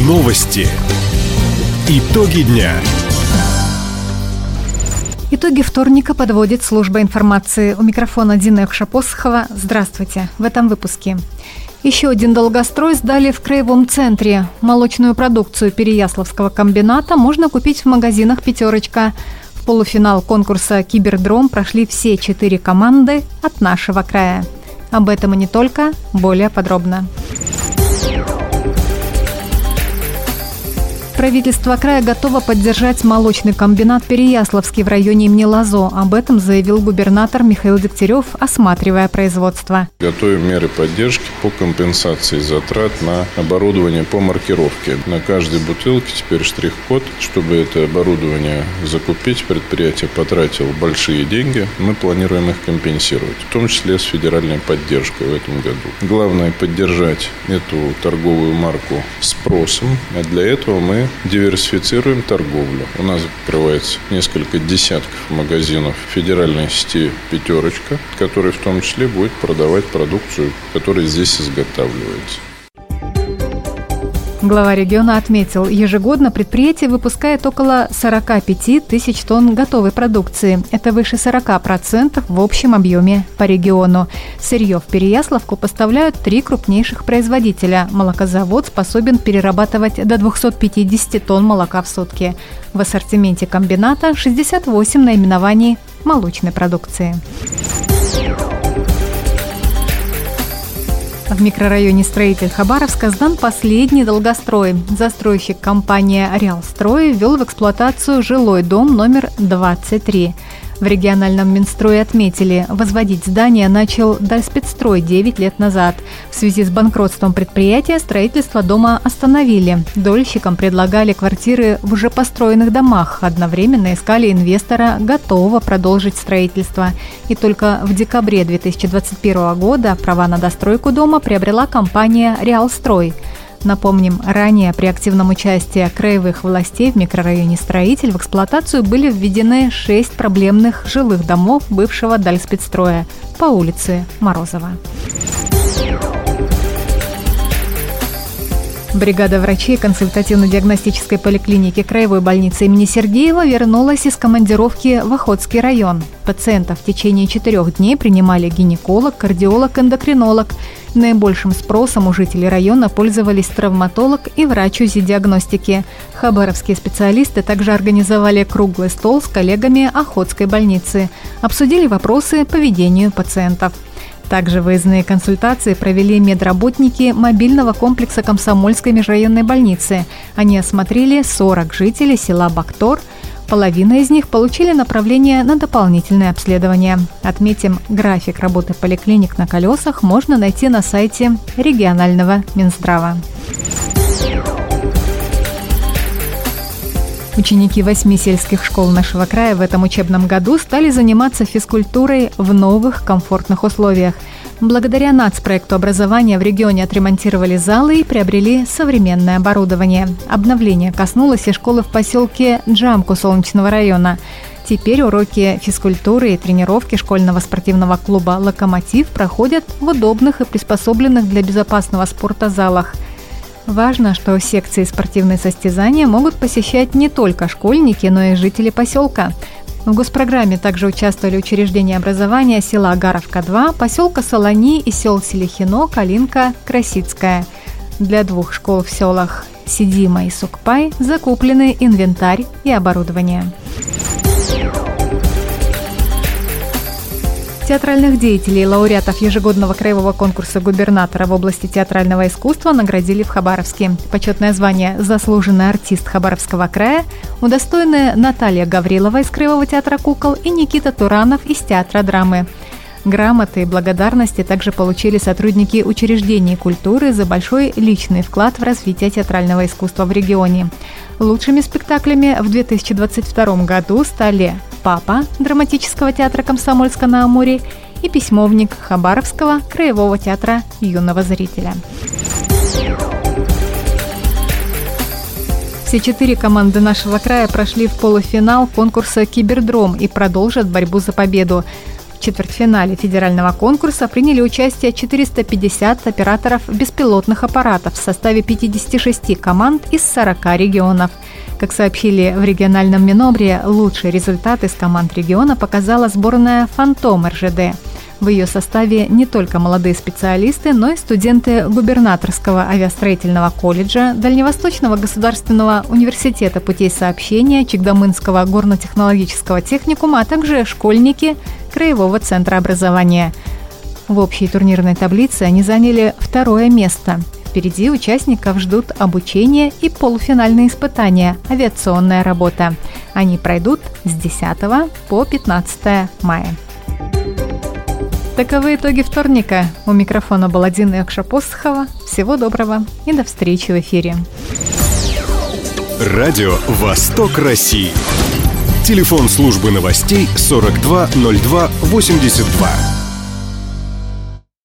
Новости. Итоги дня. Итоги вторника подводит служба информации. У микрофона Дина Якшапосхова. Здравствуйте. В этом выпуске. Еще один долгострой сдали в краевом центре. Молочную продукцию Переяславского комбината можно купить в магазинах «Пятерочка». В полуфинал конкурса «Кибердром» прошли все 4 команды от нашего края. Об этом и не только, более подробно. Правительство края готово поддержать молочный комбинат «Переяславский» в районе имени Лозо. Об этом заявил губернатор Михаил Дегтярев, осматривая производство. Готовим меры поддержки по компенсации затрат на оборудование по маркировке. На каждой бутылке теперь штрих-код. Чтобы это оборудование закупить, предприятие потратило большие деньги. Мы планируем их компенсировать, в том числе с федеральной поддержкой в этом году. Главное – поддержать эту торговую марку спросом. А для этого мы диверсифицируем торговлю. У нас открывается несколько десятков магазинов федеральной сети «Пятерочка», который в том числе будет продавать продукцию, которая здесь изготавливается. Глава региона отметил, ежегодно предприятие выпускает около 45 тысяч тонн готовой продукции. Это выше 40% в общем объеме по региону. Сырье в Переяславку поставляют 3 крупнейших производителя. Молокозавод способен перерабатывать до 250 тонн молока в сутки. В ассортименте комбината 68 наименований молочной продукции. В микрорайоне Строитель Хабаровска сдан последний долгострой. Застройщик компания «Реалстрой» ввел в эксплуатацию жилой дом номер 23. В региональном Минстрое отметили, возводить здание начал Дальспецстрой 9 лет назад. В связи с банкротством предприятия строительство дома остановили. Дольщикам предлагали квартиры в уже построенных домах. Одновременно искали инвестора, готового продолжить строительство. И только в декабре 2021 года права на достройку дома приобрела компания «Реалстрой». Напомним, ранее при активном участии краевых властей в микрорайоне Строитель в эксплуатацию были введены 6 проблемных жилых домов бывшего Дальспецстроя по улице Морозова. Бригада врачей консультативно-диагностической поликлиники краевой больницы имени Сергеева вернулась из командировки в Охотский район. Пациентов в течение 4 дней принимали гинеколог, кардиолог, эндокринолог. Наибольшим спросом у жителей района пользовались травматолог и врач УЗИ-диагностики. Хабаровские специалисты также организовали круглый стол с коллегами Охотской больницы. Обсудили вопросы по ведению пациентов. Также выездные консультации провели медработники мобильного комплекса Комсомольской межрайонной больницы. Они осмотрели 40 жителей села Бактор. Половина из них получили направление на дополнительное обследование. Отметим, график работы поликлиник на колесах можно найти на сайте регионального Минздрава. Ученики 8 сельских школ нашего края в этом учебном году стали заниматься физкультурой в новых комфортных условиях. Благодаря нацпроекту образования в регионе отремонтировали залы и приобрели современное оборудование. Обновление коснулось и школы в поселке Джамку Солнечного района. Теперь уроки физкультуры и тренировки школьного спортивного клуба «Локомотив» проходят в удобных и приспособленных для безопасного спорта залах. Важно, что секции спортивные состязания могут посещать не только школьники, но и жители поселка. В госпрограмме также участвовали учреждения образования села Агаровка-2, поселка Солони и сел Селихино, Калинка, Красицкая. Для 2 школ в селах Сидима и Сукпай закуплены инвентарь и оборудование. Театральных деятелей и лауреатов ежегодного краевого конкурса губернатора в области театрального искусства наградили в Хабаровске. Почетное звание «Заслуженный артист Хабаровского края» удостоены Наталья Гаврилова из Краевого театра кукол и Никита Туранов из театра драмы. Грамоты и благодарности также получили сотрудники учреждений культуры за большой личный вклад в развитие театрального искусства в регионе. Лучшими спектаклями в 2022 году стали «Папа» драматического театра «Комсомольска-на-Амуре» и «Письмовник» Хабаровского краевого театра юного зрителя. Все 4 команды нашего края прошли в полуфинал конкурса «Кибердром» и продолжат борьбу за победу. В четвертьфинале федерального конкурса приняли участие 450 операторов беспилотных аппаратов в составе 56 команд из 40 регионов. Как сообщили в региональном Минобре, лучшие результаты из команд региона показала сборная «Фантом» РЖД. В ее составе не только молодые специалисты, но и студенты Губернаторского авиастроительного колледжа, Дальневосточного государственного университета путей сообщения, Чикдамынского горно-технологического техникума, а также школьники Краевого центра образования. В общей турнирной таблице они заняли 2 место. Впереди участников ждут обучение и полуфинальные испытания, авиационная работа. Они пройдут с 10 по 15 мая. Таковы итоги вторника. У микрофона была Дина Якшапосхова. Всего доброго и до встречи в эфире. Радио «Восток России». Телефон службы новостей 420282.